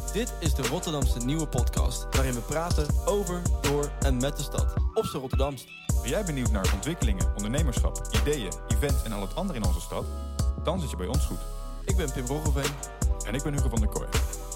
Dit is de Rotterdamse Nieuwe Podcast, waarin we praten over, door en met de stad. Op z'n Rotterdamst. Ben jij benieuwd naar ontwikkelingen, ondernemerschap, ideeën, events en al het andere in onze stad? Dan zit je bij ons goed. Ik ben Pim Roggeveen. En ik ben Hugo van der Kooi.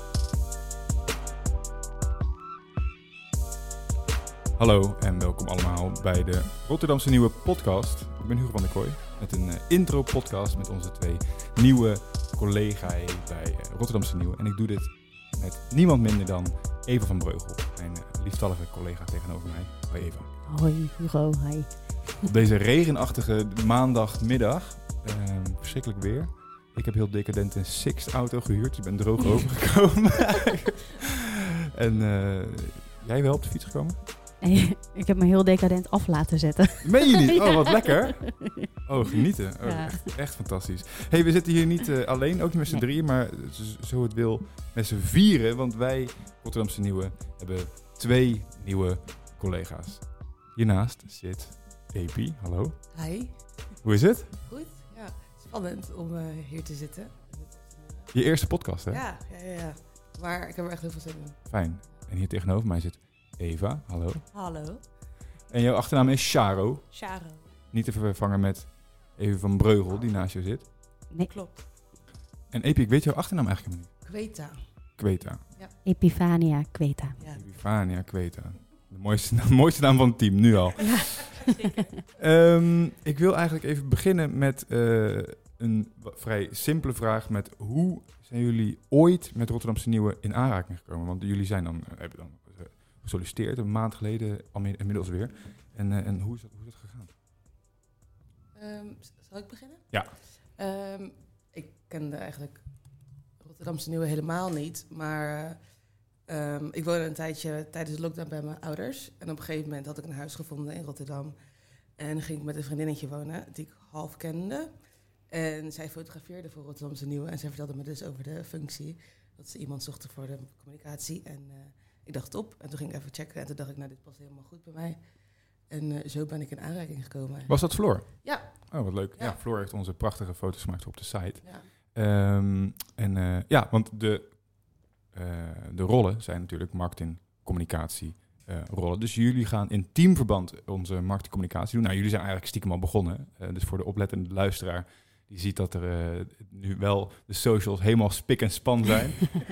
Hallo en welkom allemaal bij de Rotterdamse Nieuwe Podcast. Ik ben Hugo van der Kooi met een intro-podcast met onze twee nieuwe collega's bij Rotterdamse Nieuwe. En ik doe dit met niemand minder dan Eva van Breugel, mijn lieftallige collega tegenover mij. Hoi Eva. Hoi Hugo, hi. Op deze regenachtige maandagmiddag, verschrikkelijk weer. Ik heb heel decadent een Sixt-auto gehuurd, dus ik ben droog overgekomen. En jij wel op de fiets gekomen? Ik heb me heel decadent af laten zetten. Meen je niet? Oh, Ja. wat lekker. Oh, genieten. Oh, Ja. echt fantastisch. Hey, we zitten hier niet alleen, ook niet met z'n drieën, maar zo het wil met z'n vieren. Want wij, Rotterdamse Nieuwe, hebben twee nieuwe collega's. Hiernaast zit Epi. Hallo. Hi, Hoe is het? goed. Ja, spannend om hier te zitten. Je eerste podcast, hè? Ja. Maar ik heb er echt heel veel zin in. Fijn. En hier tegenover mij zit Eva. Hallo. Hallo. En jouw achternaam is Charo. Charo. Niet te vervangen met Eva van Breugel, die naast je zit. Nee, Klopt. En Epi, ik weet jouw achternaam eigenlijk helemaal niet. Kweta. Kweta. Epifania Kweta. Ja. Epifania Kweta. De mooiste naam van het team, nu al. Ja, zeker. Ik wil eigenlijk even beginnen met een vrij simpele vraag met hoe zijn jullie ooit met Rotterdamse Nieuwe in aanraking gekomen? Want jullie zijn hebben dan gesolliciteerd een maand geleden, inmiddels weer. En hoe is dat gegaan? Zal ik beginnen? Ja. Ik kende eigenlijk Rotterdamse Nieuwe helemaal niet. Maar ik woonde een tijdje tijdens de lockdown bij mijn ouders. En op een gegeven moment had ik een huis gevonden in Rotterdam. En ging ik met een vriendinnetje wonen die ik half kende. En zij fotografeerde voor Rotterdamse Nieuwe. En zij vertelde me dus over de functie. Dat ze iemand zochten voor de communicatie. En ik dacht op. En toen ging ik even checken. En toen dacht ik, nou, dit past helemaal goed bij mij. En zo ben ik in aanraking gekomen. Was dat Floor? Ja. Oh, wat leuk. Ja, Ja. Floor heeft onze prachtige foto's gemaakt op de site. Ja. Want de rollen zijn natuurlijk marketing, communicatie rollen. Dus jullie gaan in teamverband onze marketingcommunicatie doen. Nou, jullie zijn eigenlijk stiekem al begonnen. Dus voor de oplettende luisteraar, die ziet dat er nu wel de socials helemaal spik en span zijn.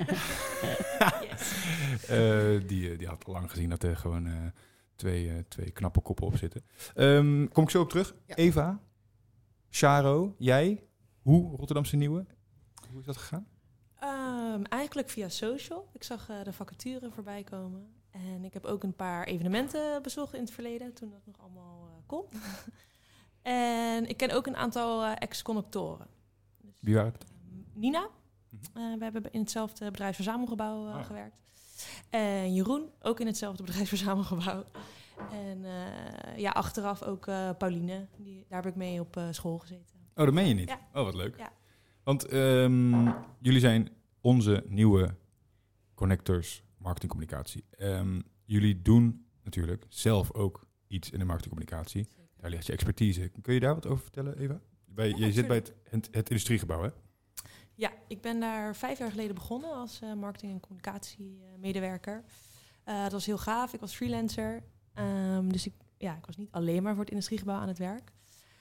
Die had al lang gezien dat er gewoon twee knappe koppen op zitten. Kom ik zo op terug. Ja. Eva, Charo, jij, hoe Rotterdamse Nieuwe? Hoe is dat gegaan? Eigenlijk via social. Ik zag de vacature voorbij komen. En ik heb ook een paar evenementen bezocht in het verleden, toen dat nog allemaal kon. En ik ken ook een aantal ex-conductoren. Dus, Wie waren het? Nina. We hebben in hetzelfde bedrijfsverzamelgebouw gewerkt. En Jeroen, ook in hetzelfde bedrijfsverzamelgebouw. En achteraf ook Pauline. Daar heb ik mee op school gezeten. Oh, dat meen je niet? Ja. Oh, wat leuk. Ja. Want jullie zijn onze nieuwe connectors marketingcommunicatie. Jullie doen natuurlijk zelf ook iets in de marketingcommunicatie. Daar ligt je expertise. Kun je daar wat over vertellen, Eva? Je zit bij het industriegebouw, hè? Ja, ik ben daar 5 jaar geleden begonnen als marketing- en communicatiemedewerker. Dat was heel gaaf. Ik was freelancer. Dus ik was niet alleen maar voor het industriegebouw aan het werk.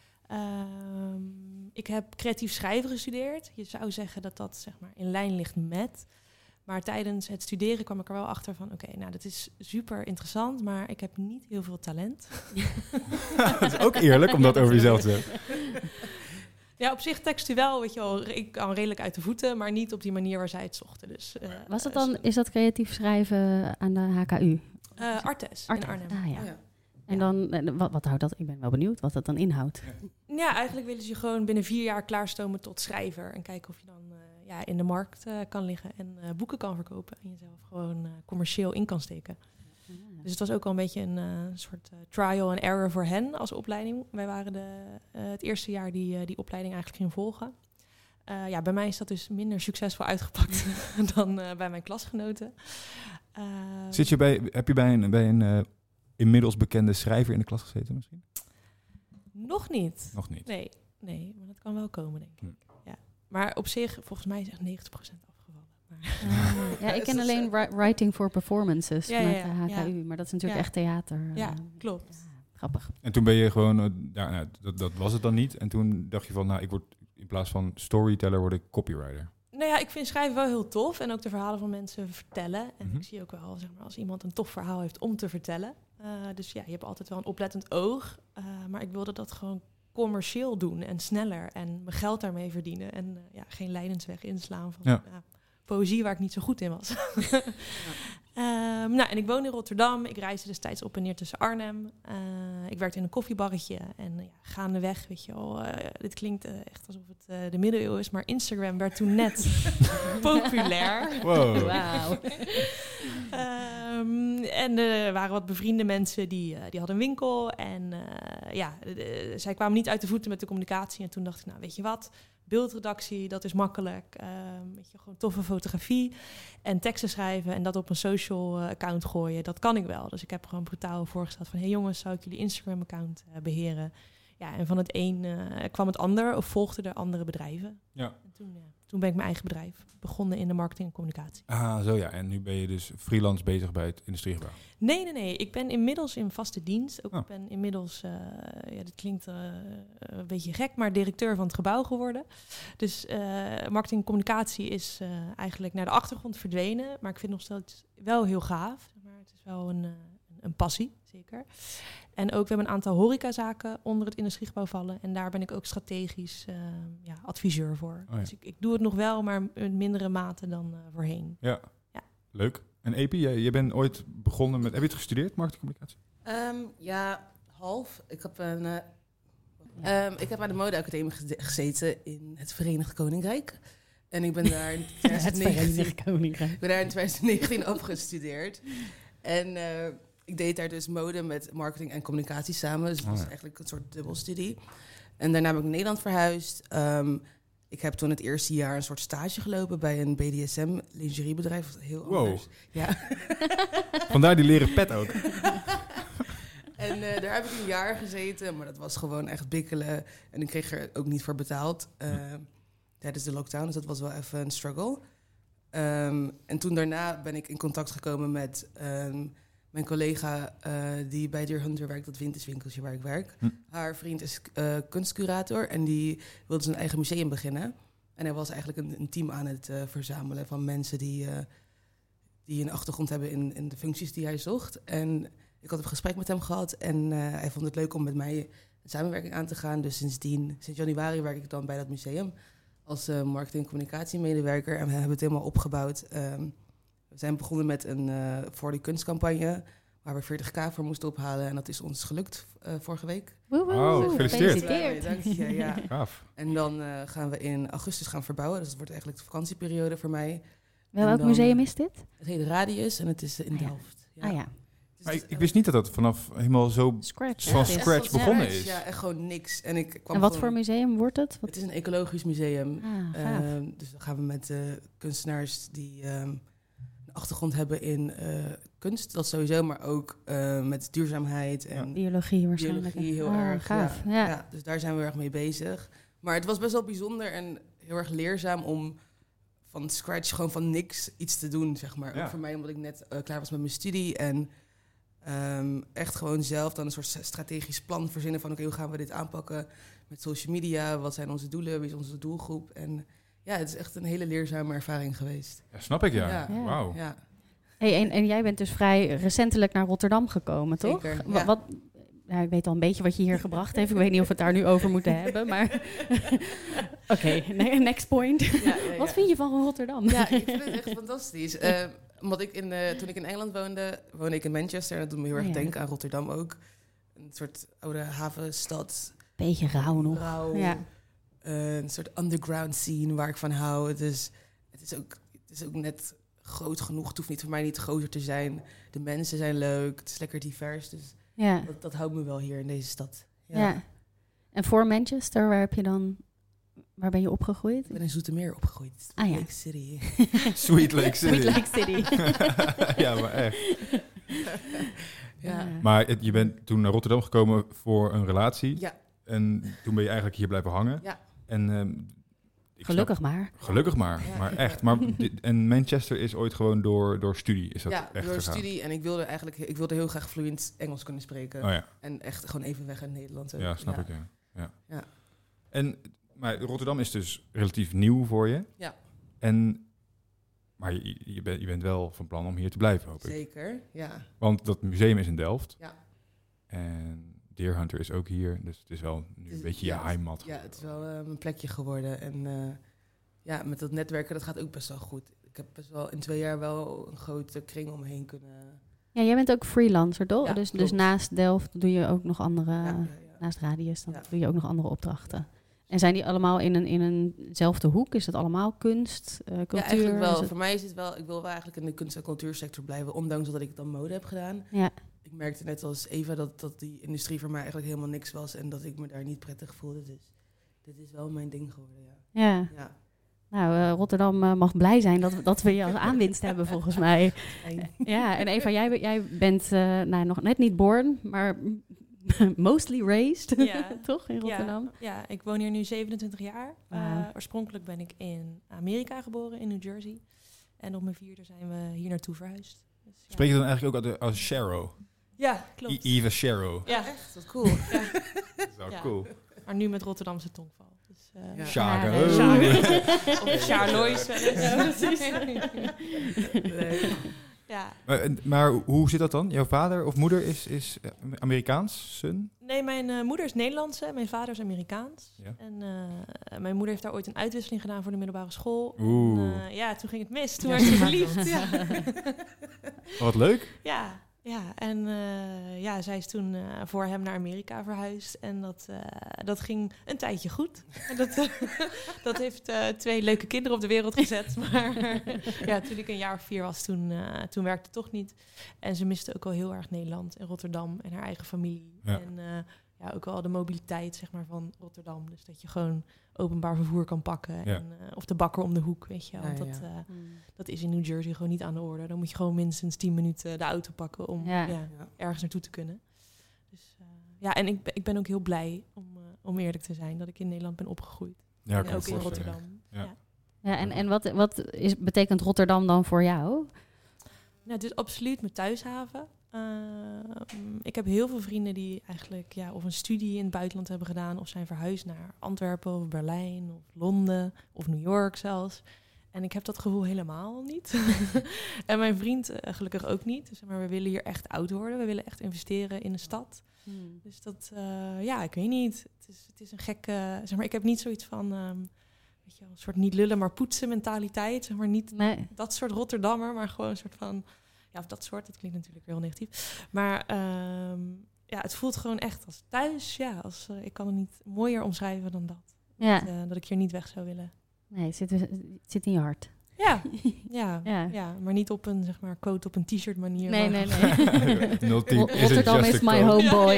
Ik heb creatief schrijven gestudeerd. Je zou zeggen dat dat zeg maar in lijn ligt met. Maar tijdens het studeren kwam ik er wel achter van... Oké, dat is super interessant, maar ik heb niet heel veel talent. Dat is ook eerlijk om dat over jezelf te zeggen. Ja, op zich textueel, weet je wel, ik kan redelijk uit de voeten, maar niet op die manier waar zij het zochten. Dus, Was dat dan, is dat creatief schrijven aan de HKU? Artes in Arnhem. Ah, ja. Oh, ja. En dan, wat houdt dat? Ik ben wel benieuwd wat dat dan inhoudt. Ja, eigenlijk willen ze je gewoon binnen 4 jaar klaarstomen tot schrijver. En kijken of je dan in de markt kan liggen en boeken kan verkopen. En jezelf gewoon commercieel in kan steken. Dus het was ook al een beetje een soort trial and error voor hen als opleiding. Wij waren het eerste jaar die opleiding eigenlijk ging volgen. Bij mij is dat dus minder succesvol uitgepakt dan bij mijn klasgenoten. Heb je bij een inmiddels bekende schrijver in de klas gezeten misschien? Nog niet. Nog niet. Nee, maar dat kan wel komen, denk ik. Ja. Maar op zich, volgens mij is echt 90% afgevallen. Ja, ik ken alleen writing for performances Ja, met ja, de HKU, ja. maar dat is natuurlijk Ja. echt theater. Ja, klopt. Ja, grappig. En toen ben je gewoon, dat was het dan niet. En toen dacht je van, ik word in plaats van storyteller, word ik copywriter. Nou ja, ik vind schrijven wel heel tof. En ook de verhalen van mensen vertellen. En Mhm. ik zie ook wel, zeg maar, als iemand een tof verhaal heeft om te vertellen. Dus ja, je hebt altijd wel een oplettend oog. Maar ik wilde dat gewoon commercieel doen en sneller. En mijn geld daarmee verdienen. En geen lijdensweg inslaan van poëzie waar ik niet zo goed in was. En ik woon in Rotterdam. Ik reisde destijds op en neer tussen Arnhem. Ik werkte in een koffiebarretje. En gaandeweg, weet je wel, dit klinkt echt alsof het de middeleeuwen is. Maar Instagram werd toen net populair. Wow. Wauw. En er waren wat bevriende mensen die hadden een winkel. En zij kwamen niet uit de voeten met de communicatie. En toen dacht ik, nou weet je wat, beeldredactie, dat is makkelijk. Weet je, gewoon toffe fotografie en teksten schrijven en dat op een social account gooien. Dat kan ik wel. Dus ik heb gewoon brutaal voorgesteld van, hey jongens, zou ik jullie Instagram account beheren? Ja, en van het een kwam het ander of volgden er andere bedrijven. Ja. En toen ben ik mijn eigen bedrijf begonnen in de marketing en communicatie. Ah, zo ja. En nu ben je dus freelance bezig bij het industriegebouw. Nee. Ik ben inmiddels in vaste dienst. Ik Oh. ben inmiddels, dit klinkt een beetje gek, maar directeur van het gebouw geworden. Dus marketing en communicatie is eigenlijk naar de achtergrond verdwenen. Maar ik vind het nog steeds wel heel gaaf. Maar het is wel een passie, zeker. En ook, we hebben een aantal horecazaken onder het industriegebouw vallen. En daar ben ik ook strategisch adviseur voor. Oh ja. Dus ik doe het nog wel, maar in mindere mate dan voorheen. Ja. Ja. Leuk. En Epi, je bent ooit begonnen met... Heb je het gestudeerd, marketingcommunicatie? Ja, half. Ik heb aan de modeacademie gezeten in het Verenigd Koninkrijk. En ik ben daar in 2019 afgestudeerd. En ik deed daar dus mode met marketing en communicatie samen. Dus het was eigenlijk een soort dubbelstudie. En daarna ben ik naar Nederland verhuisd. Ik heb toen het eerste jaar een soort stage gelopen bij een BDSM lingeriebedrijf. Heel anders. Ja. Vandaar die leren pet ook. En daar heb ik een jaar gezeten, maar dat was gewoon echt bikkelen. En ik kreeg er ook niet voor betaald tijdens de lockdown. Dus dat was wel even een struggle. En toen daarna ben ik in contact gekomen met mijn collega die bij Dear Hunter werkt, dat vintage-winkeltje waar ik werk. Haar vriend is kunstcurator en die wilde zijn eigen museum beginnen. En hij was eigenlijk een team aan het verzamelen van mensen die een achtergrond hebben in de functies die hij zocht. En ik had een gesprek met hem gehad en hij vond het leuk om met mij een samenwerking aan te gaan. Dus sinds januari werk ik dan bij dat museum als marketing- en communicatiemedewerker. En we hebben het helemaal opgebouwd. We zijn begonnen met een voor die kunstcampagne waar we 40.000 voor moesten ophalen. En dat is ons gelukt vorige week. Wow, gefeliciteerd. Dank je, ja. Gaaf. En dan gaan we in augustus gaan verbouwen. Dus het wordt eigenlijk de vakantieperiode voor mij. Welk museum is dit? Het heet Radius en het is in ja. Delft. Ja. Ah ja. Maar ik wist niet dat dat vanaf helemaal zo Scratch. van Ja. scratch begonnen is. Ja, echt gewoon niks. En wat voor museum wordt het? Het is een ecologisch museum. Gaaf. Dus dan gaan we met kunstenaars die een achtergrond hebben in kunst, dat sowieso, maar ook met duurzaamheid en biologie waarschijnlijk. Biologie heel erg. Gaaf. Ja, dus daar zijn we erg mee bezig. Maar het was best wel bijzonder en heel erg leerzaam om van scratch gewoon van niks iets te doen, zeg maar. Ja. Ook voor mij, omdat ik net klaar was met mijn studie en echt gewoon zelf dan een soort strategisch plan verzinnen van oké, hoe gaan we dit aanpakken met social media? Wat zijn onze doelen? Wie is onze doelgroep? En ja, het is echt een hele leerzame ervaring geweest. Ja, snap ik, ja. Ja. Wauw. Ja, Hey, en jij bent dus vrij recentelijk naar Rotterdam gekomen, toch? Zeker, ja. Ik weet al een beetje wat je hier gebracht heeft. Ik weet niet of we het daar nu over moeten hebben, maar... Oké, next point. Ja. Wat vind je van Rotterdam? Ja, ik vind het echt fantastisch. Omdat toen ik in Engeland woonde ik in Manchester. En dat doet me heel erg denken aan Rotterdam ook. Een soort oude havenstad. Beetje rauw nog. Rauw. Ja. Een soort underground scene waar ik van hou. Het is ook net groot genoeg. Het hoeft niet voor mij niet groter te zijn. De mensen zijn leuk. Het is lekker divers. Dus Ja. dat houdt me wel hier in deze stad. Ja. En voor Manchester, waar ben je opgegroeid? Ik ben in Zoetermeer opgegroeid. Ah, ja. Lake City. Sweet Lake City. Sweet Lake City. Ja, maar echt. Ja. Maar je bent toen naar Rotterdam gekomen voor een relatie. Ja. En toen ben je eigenlijk hier blijven hangen. Ja. En Gelukkig maar. Gelukkig maar, Ja. maar echt. Maar en Manchester is ooit gewoon door studie, is dat Ja, echt door gegaan? studie. En ik wilde heel graag vloeiend Engels kunnen spreken. Oh ja, En echt gewoon even weg uit Nederland. ook. ja, snap ik. Ja. Ja. Maar Rotterdam is dus relatief nieuw voor je. Ja. Maar je bent wel van plan om hier te blijven, hoop ik. Zeker, ja. Want dat museum is in Delft. Ja. En Deer Hunter is ook hier. Dus het is wel nu een beetje je heimat. Ja, het is wel mijn plekje geworden. En ja, met dat netwerken, dat gaat ook best wel goed. Ik heb best wel in 2 jaar wel een grote kring omheen kunnen... Ja, jij bent ook freelancer, toch? Ja, Dus klopt. naast Delft doe je ook nog andere... ja. Naast Radius, dan Ja. doe je ook nog andere opdrachten. En zijn die allemaal in eenzelfde hoek? Is dat allemaal kunst, cultuur? Ja, eigenlijk Is wel. het- Voor mij is het wel... Ik wil wel eigenlijk in de kunst- en cultuursector blijven, ondanks dat ik dan mode heb gedaan. Ja. Ik merkte net als Eva dat die industrie voor mij eigenlijk helemaal niks was en dat ik me daar niet prettig voelde. Dus dit is wel mijn ding geworden, ja. Ja. Ja. Nou, Rotterdam mag blij zijn dat we je als aanwinst hebben, volgens mij. Fijn. Ja, en Eva, jij bent nog net niet born, maar mostly raised, Ja. toch, in Rotterdam? Ja, ik woon hier nu 27 jaar. Wauw. Oorspronkelijk ben ik in Amerika geboren, in New Jersey. En op mijn 4e zijn we hier naartoe verhuisd. Dus, ja. Spreek je dan eigenlijk ook als Sharrow? Ja, klopt. Eva Sharrow. Ja, Echt, wat cool. ja, Dat is wel Ja. cool. maar nu met Rotterdamse tongval. Dus, Ja. Sjaken. Ja, Oh. Of Charlois wel eens. Ja, precies. Nee. Ja. Maar hoe zit dat dan? Jouw vader of moeder is Amerikaans, son? Nee, mijn moeder is Nederlandse en mijn vader is Amerikaans. Ja. En mijn moeder heeft daar ooit een uitwisseling gedaan voor de middelbare school. Oeh. En, ja, toen ging het mis. Toen Ja, werd ze ja. verliefd. Ja. Oh, wat leuk. Ja, en ja, zij is toen voor hem naar Amerika verhuisd. En dat ging een tijdje goed. En dat heeft 2 leuke kinderen op de wereld gezet. Maar ja, toen ik een jaar of 4 was, toen werkte het toch niet. En ze miste ook al heel erg Nederland en Rotterdam en haar eigen familie. Ja. En ja, ook wel de mobiliteit, zeg maar, van Rotterdam. Dus dat je gewoon openbaar vervoer kan pakken. Ja. En, of de bakker om de hoek, weet je wel. Ja, Want ja. dat is in New Jersey gewoon niet aan de orde. Dan moet je gewoon minstens 10 minuten de auto pakken om Ja. Ja. ergens naartoe te kunnen. Dus ja, en ik ben ook heel blij, om eerlijk te zijn, dat ik in Nederland ben opgegroeid. Ja, En kan me ook in voorstellen. Rotterdam. Ja. Ja. Ja, en wat betekent Rotterdam dan voor jou? Nou, het is absoluut mijn thuishaven. Ik heb heel veel vrienden die eigenlijk of een studie in het buitenland hebben gedaan, of zijn verhuisd naar Antwerpen of Berlijn of Londen of New York zelfs. En ik heb dat gevoel helemaal niet. En mijn vriend gelukkig ook niet. Dus, maar we willen hier echt oud worden. We willen echt investeren in de stad. Dus dat, ja, ik weet niet. Het is een gekke, zeg maar, ik heb niet zoiets van, weet je wel, een soort niet lullen maar poetsen mentaliteit. Zeg maar niet Nee. dat soort Rotterdammer, maar gewoon een soort van, ja, of dat soort, dat klinkt natuurlijk weer heel negatief. Maar ja, het voelt gewoon echt als thuis. Ja, ik kan het niet mooier omschrijven dan dat. Ja. Dat ik hier niet weg zou willen. Nee, het zit in je hart. Ja, ja, Ja. ja, maar niet op een, zeg maar, quote op een t-shirt manier. Nee, maar nee, nee. 010 Rotterdam isn't is just a my code. homeboy.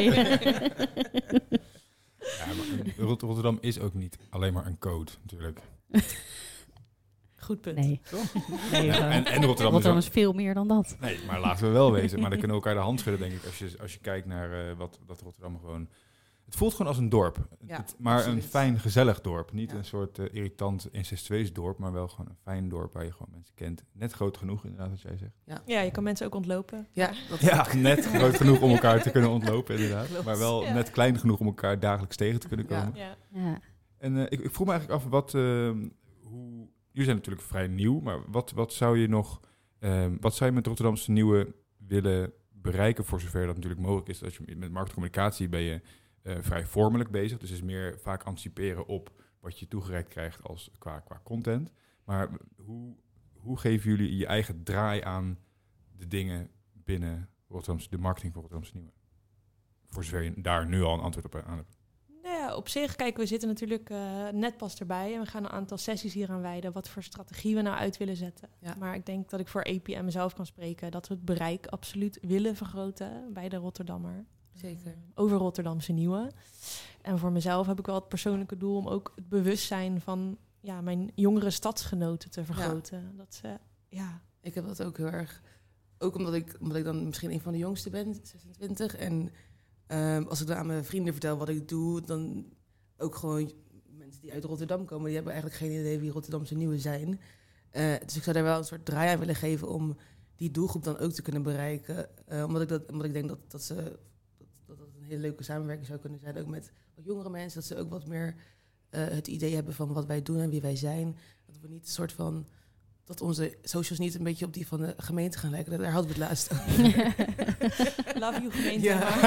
Ja, maar Rotterdam is ook niet alleen maar een code, natuurlijk. Goed punt. Nee. Nee, Ja, en Rotterdam, Rotterdam is is veel meer dan dat. ook... Nee, maar laten we wel wezen. Maar dan kunnen we elkaar de hand schudden, denk ik. Als je kijkt naar wat Rotterdam gewoon... Het voelt gewoon als een dorp. Ja, Maar absoluut. een fijn, gezellig dorp. Niet Ja. een soort irritant, incestueus dorp, maar wel gewoon een fijn dorp waar je gewoon mensen kent. Net groot genoeg, inderdaad, wat jij zegt. Ja, je kan mensen ook ontlopen. Ja, dat Ja, net groot genoeg om elkaar te kunnen ontlopen, inderdaad. Klopt. Maar wel Ja. net klein genoeg om elkaar dagelijks tegen te kunnen komen. Ja. Ja. Ja. En ik vroeg me eigenlijk af, hoe... Jullie zijn natuurlijk vrij nieuw, maar wat zou je nog... wat zou je met Rotterdamse Nieuwe willen bereiken, voor zover dat natuurlijk mogelijk is? Als je met marktcommunicatie ben je vrij vormelijk bezig, dus is meer vaak anticiperen op wat je toegereikt krijgt als qua content. Maar hoe geven jullie je eigen draai aan de dingen binnen de marketing voor Rotterdamse Nieuwe? Voor zover je daar nu al een antwoord op aan hebt. Nou ja, op zich, kijk, we zitten natuurlijk net pas erbij en we gaan een aantal sessies hier aan wijden wat voor strategie we nou uit willen zetten. Ja. Maar ik denk dat ik voor APM zelf kan spreken dat we het bereik absoluut willen vergroten bij de Rotterdammer. Zeker. Over Rotterdamse Nieuwe. En voor mezelf heb ik wel het persoonlijke doel om ook het bewustzijn van mijn jongere stadsgenoten te vergroten. Dat ze, Ik heb dat ook heel erg. Ook omdat ik dan misschien een van de jongsten ben, 26. En als ik dan aan mijn vrienden vertel wat ik doe, dan ook gewoon mensen mensen die uit Rotterdam komen, die hebben eigenlijk geen idee wie Rotterdamse Nieuwe zijn. Dus ik zou daar wel een soort draai aan willen geven om die doelgroep dan ook te kunnen bereiken. Omdat ik denk dat een hele leuke samenwerking zou kunnen zijn. Ook met wat jongere mensen, dat ze ook wat meer het idee hebben van wat wij doen en wie wij zijn. Dat we niet een soort van... Dat onze socials niet een beetje op die van de gemeente gaan lijken. Daar hadden we het laatst over. Love you gemeente.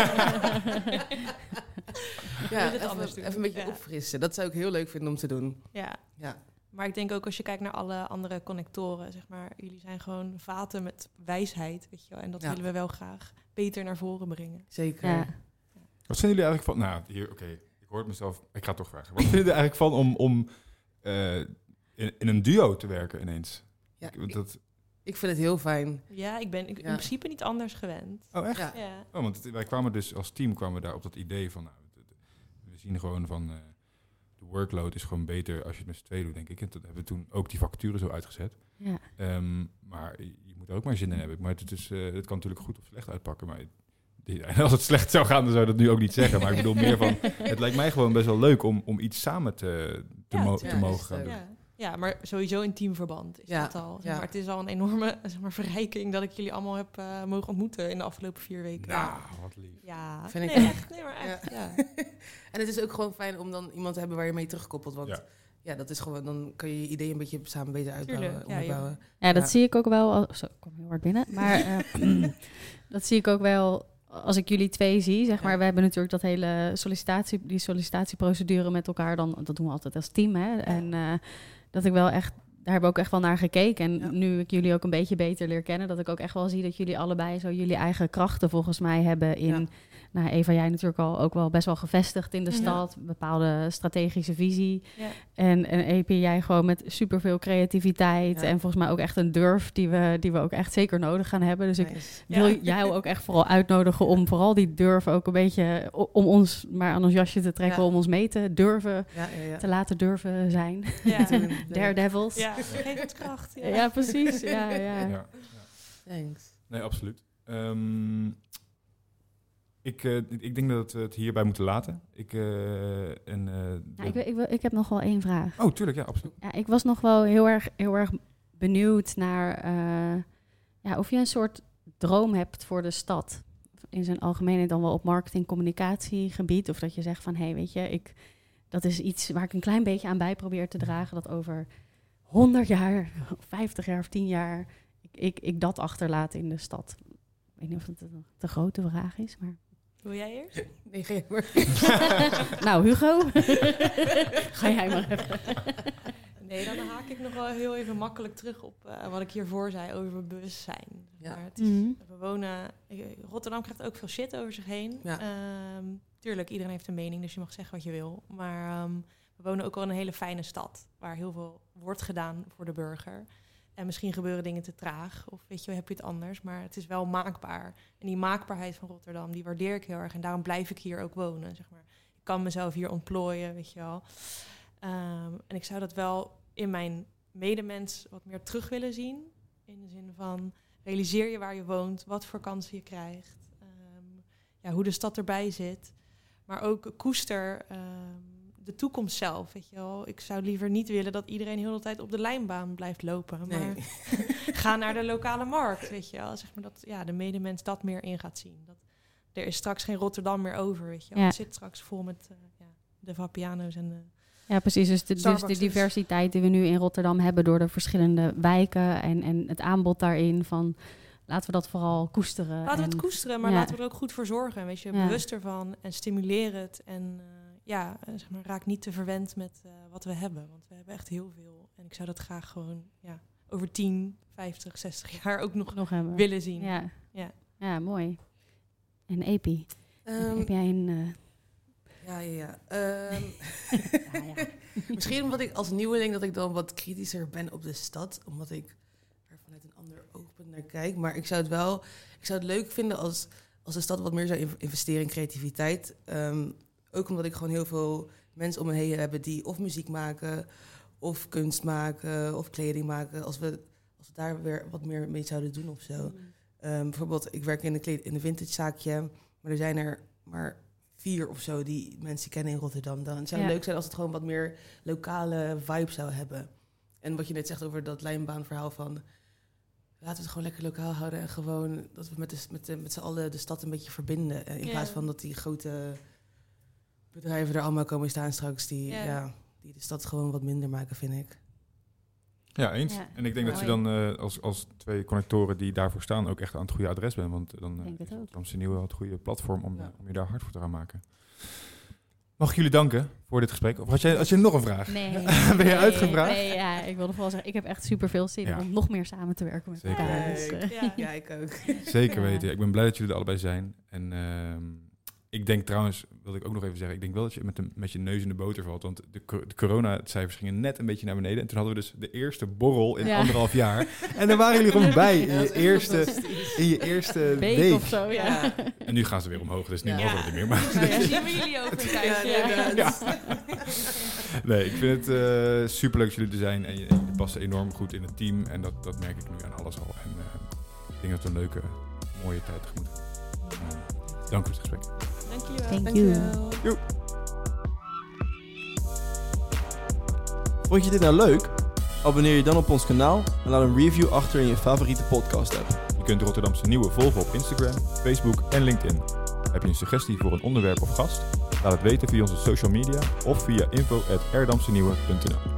Ja, even een beetje opfrissen. Dat zou ik heel leuk vinden om te doen. Ja. Ja. Maar ik denk ook als je kijkt naar alle andere connectoren, zeg maar, jullie zijn gewoon vaten met wijsheid, weet je wel. En dat willen we wel graag beter naar voren brengen. Zeker. Ja. Wat vinden jullie eigenlijk van... Nou, hier, oké, ik hoor het mezelf... Ik ga het toch vragen. Wat vinden jullie eigenlijk van om in een duo te werken ineens? Ja, Ik vind het heel fijn. Ja, ik ben in principe niet anders gewend. Oh, echt? Ja. Ja. Oh, want wij kwamen dus als team daar op dat idee van... Nou, we zien gewoon van... de workload is gewoon beter als je het met z'n tweeën doet, denk ik. En toen hebben we toen ook die vacature zo uitgezet. Ja. Maar je moet er ook maar zin in hebben. Maar het kan natuurlijk goed of slecht uitpakken. Maar als het slecht zou gaan, dan zou ik dat nu ook niet zeggen. Maar ik bedoel meer van... Het lijkt mij gewoon best wel leuk om iets samen te mogen gaan doen. Ja, maar sowieso in teamverband is dat al. Ja. Maar het is al een enorme verrijking dat ik jullie allemaal heb mogen ontmoeten in de afgelopen 4 weken. Nou, wat lief. Ja, Vind ik echt. Nee, maar echt, ja. En het is ook gewoon fijn om dan iemand te hebben waar je mee terugkoppelt. Want dat is gewoon... Dan kan je je idee een beetje samen beter uitbouwen. Ja, dat zie ik ook wel... Zo, ik kom heel hard binnen. Maar dat zie ik ook wel... Als ik jullie 2 zie, zeg maar, we hebben natuurlijk dat hele sollicitatieprocedure met elkaar dan, dat doen we altijd als team, hè. En dat ik wel echt, daar hebben we ook echt wel naar gekeken. En nu ik jullie ook een beetje beter leer kennen, dat ik ook echt wel zie dat jullie allebei zo jullie eigen krachten volgens mij hebben in... Nou, Eva, jij natuurlijk ook wel best wel gevestigd in de stad, bepaalde strategische visie. Ja. En EP, jij gewoon met superveel creativiteit en volgens mij ook echt een durf die we ook echt zeker nodig gaan hebben. Dus ik wil jou ook echt vooral uitnodigen om vooral die durf ook een beetje om ons maar aan ons jasje te trekken, om ons mee te durven, te laten durven zijn. Ja. Daredevils. Ja, geef het kracht. Ja, precies. Ja. Thanks. Nee, absoluut. Ik denk dat we het hierbij moeten laten. Ik heb nog wel 1 vraag. Oh, tuurlijk, ja, absoluut. Ja, ik was nog wel heel erg benieuwd naar of je een soort droom hebt voor de stad. In zijn algemeenheid dan wel op marketing, communicatiegebied. Of dat je zegt van, weet je, dat is iets waar ik een klein beetje aan bij probeer te dragen. Dat over 100 jaar, 50 jaar of 10 jaar ik dat achterlaat in de stad. Ik weet niet of het een te grote vraag is, maar... Wil jij eerst? Nee, geen maar. Nou, Hugo. Ga jij maar even. Nee, dan haak ik nog wel heel even makkelijk terug op wat ik hiervoor zei over bewustzijn. Ja. Maar we wonen... Rotterdam krijgt ook veel shit over zich heen. Ja. Tuurlijk, iedereen heeft een mening, dus je mag zeggen wat je wil. Maar we wonen ook wel in een hele fijne stad, waar heel veel wordt gedaan voor de burger. En misschien gebeuren dingen te traag, of weet je, heb je het anders. Maar het is wel maakbaar. En die maakbaarheid van Rotterdam, die waardeer ik heel erg. En daarom blijf ik hier ook wonen, zeg maar. Ik kan mezelf hier ontplooien, weet je wel. En ik zou dat wel in mijn medemens wat meer terug willen zien. In de zin van, realiseer je waar je woont, wat voor kansen je krijgt. Hoe de stad erbij zit. Maar ook koester... de toekomst zelf, weet je wel. Ik zou liever niet willen dat iedereen heel de tijd op de lijnbaan blijft lopen. Maar ga naar de lokale markt, weet je wel. Zeg maar dat de medemens dat meer in gaat zien. Dat, er is straks geen Rotterdam meer over, weet je wel. Het zit straks vol met de Vapiano's en de... Ja, precies. Dus de diversiteit die we nu in Rotterdam hebben door de verschillende wijken en het aanbod daarin van... Laten we dat vooral koesteren. Laten we het koesteren, maar laten we er ook goed voor zorgen. Wees je bewust ervan en stimuleer het en... zeg maar, raak niet te verwend met wat we hebben. Want we hebben echt heel veel. En ik zou dat graag gewoon over 10, 50, 60 jaar ook nog willen zien. Ja, mooi. En Epi, heb jij een... Misschien omdat ik als nieuweling dat ik dan wat kritischer ben op de stad. Omdat ik er vanuit een ander oogpunt naar kijk. Maar ik zou het leuk vinden als de stad wat meer zou investeren in creativiteit. Ook omdat ik gewoon heel veel mensen om me heen heb die of muziek maken, of kunst maken, of kleding maken. Als we daar weer wat meer mee zouden doen of zo. Bijvoorbeeld, ik werk in een vintage zaakje, maar er zijn er maar 4 of zo die mensen kennen in Rotterdam. Dan zou het leuk zijn als het gewoon wat meer lokale vibe zou hebben. En wat je net zegt over dat lijnbaanverhaal van... laten we het gewoon lekker lokaal houden en gewoon dat we met z'n allen de stad een beetje verbinden. In plaats van dat die grote bedrijven er allemaal komen staan straks die de stad gewoon wat minder maken, vind ik. Ja, eens. Ja. En ik denk dat je dan als 2 connectoren die daarvoor staan ook echt aan het goede adres bent. Want dan is Rotterdamse Nieuwe het goede platform om je daar hard voor te gaan maken. Mag ik jullie danken voor dit gesprek? Of had je nog een vraag? Nee. Ben je uitgevraagd? Nee, ja, ik wilde vooral zeggen, ik heb echt super veel zin om nog meer samen te werken met elkaar. Dus, ja, ik ook. Zeker weten. Ik ben blij dat jullie er allebei zijn. En ik denk trouwens, wilde ik ook nog even zeggen, ik denk wel dat je met je neus in de boter valt. Want de corona-cijfers gingen net een beetje naar beneden. En toen hadden we dus de eerste borrel in 1,5 jaar. En dan waren jullie gewoon bij in je eerste week. Of zo, ja. En nu gaan ze weer omhoog, dus nu mogen we het niet meer. Maar zien we jullie over een tijdje. Nee, ik vind het superleuk dat jullie er zijn. En je past enorm goed in het team. En dat merk ik nu aan alles al. En ik denk dat we een leuke, mooie tijd tegemoet gaan. Dank voor het gesprek. Dank jullie wel. Thank you. Vond je dit nou leuk? Abonneer je dan op ons kanaal en laat een review achter in je favoriete podcast app. Je kunt Rotterdamse Nieuwe volgen op Instagram, Facebook en LinkedIn. Heb je een suggestie voor een onderwerp of gast? Laat het weten via onze social media of via info@rdamsenieuwe.nl.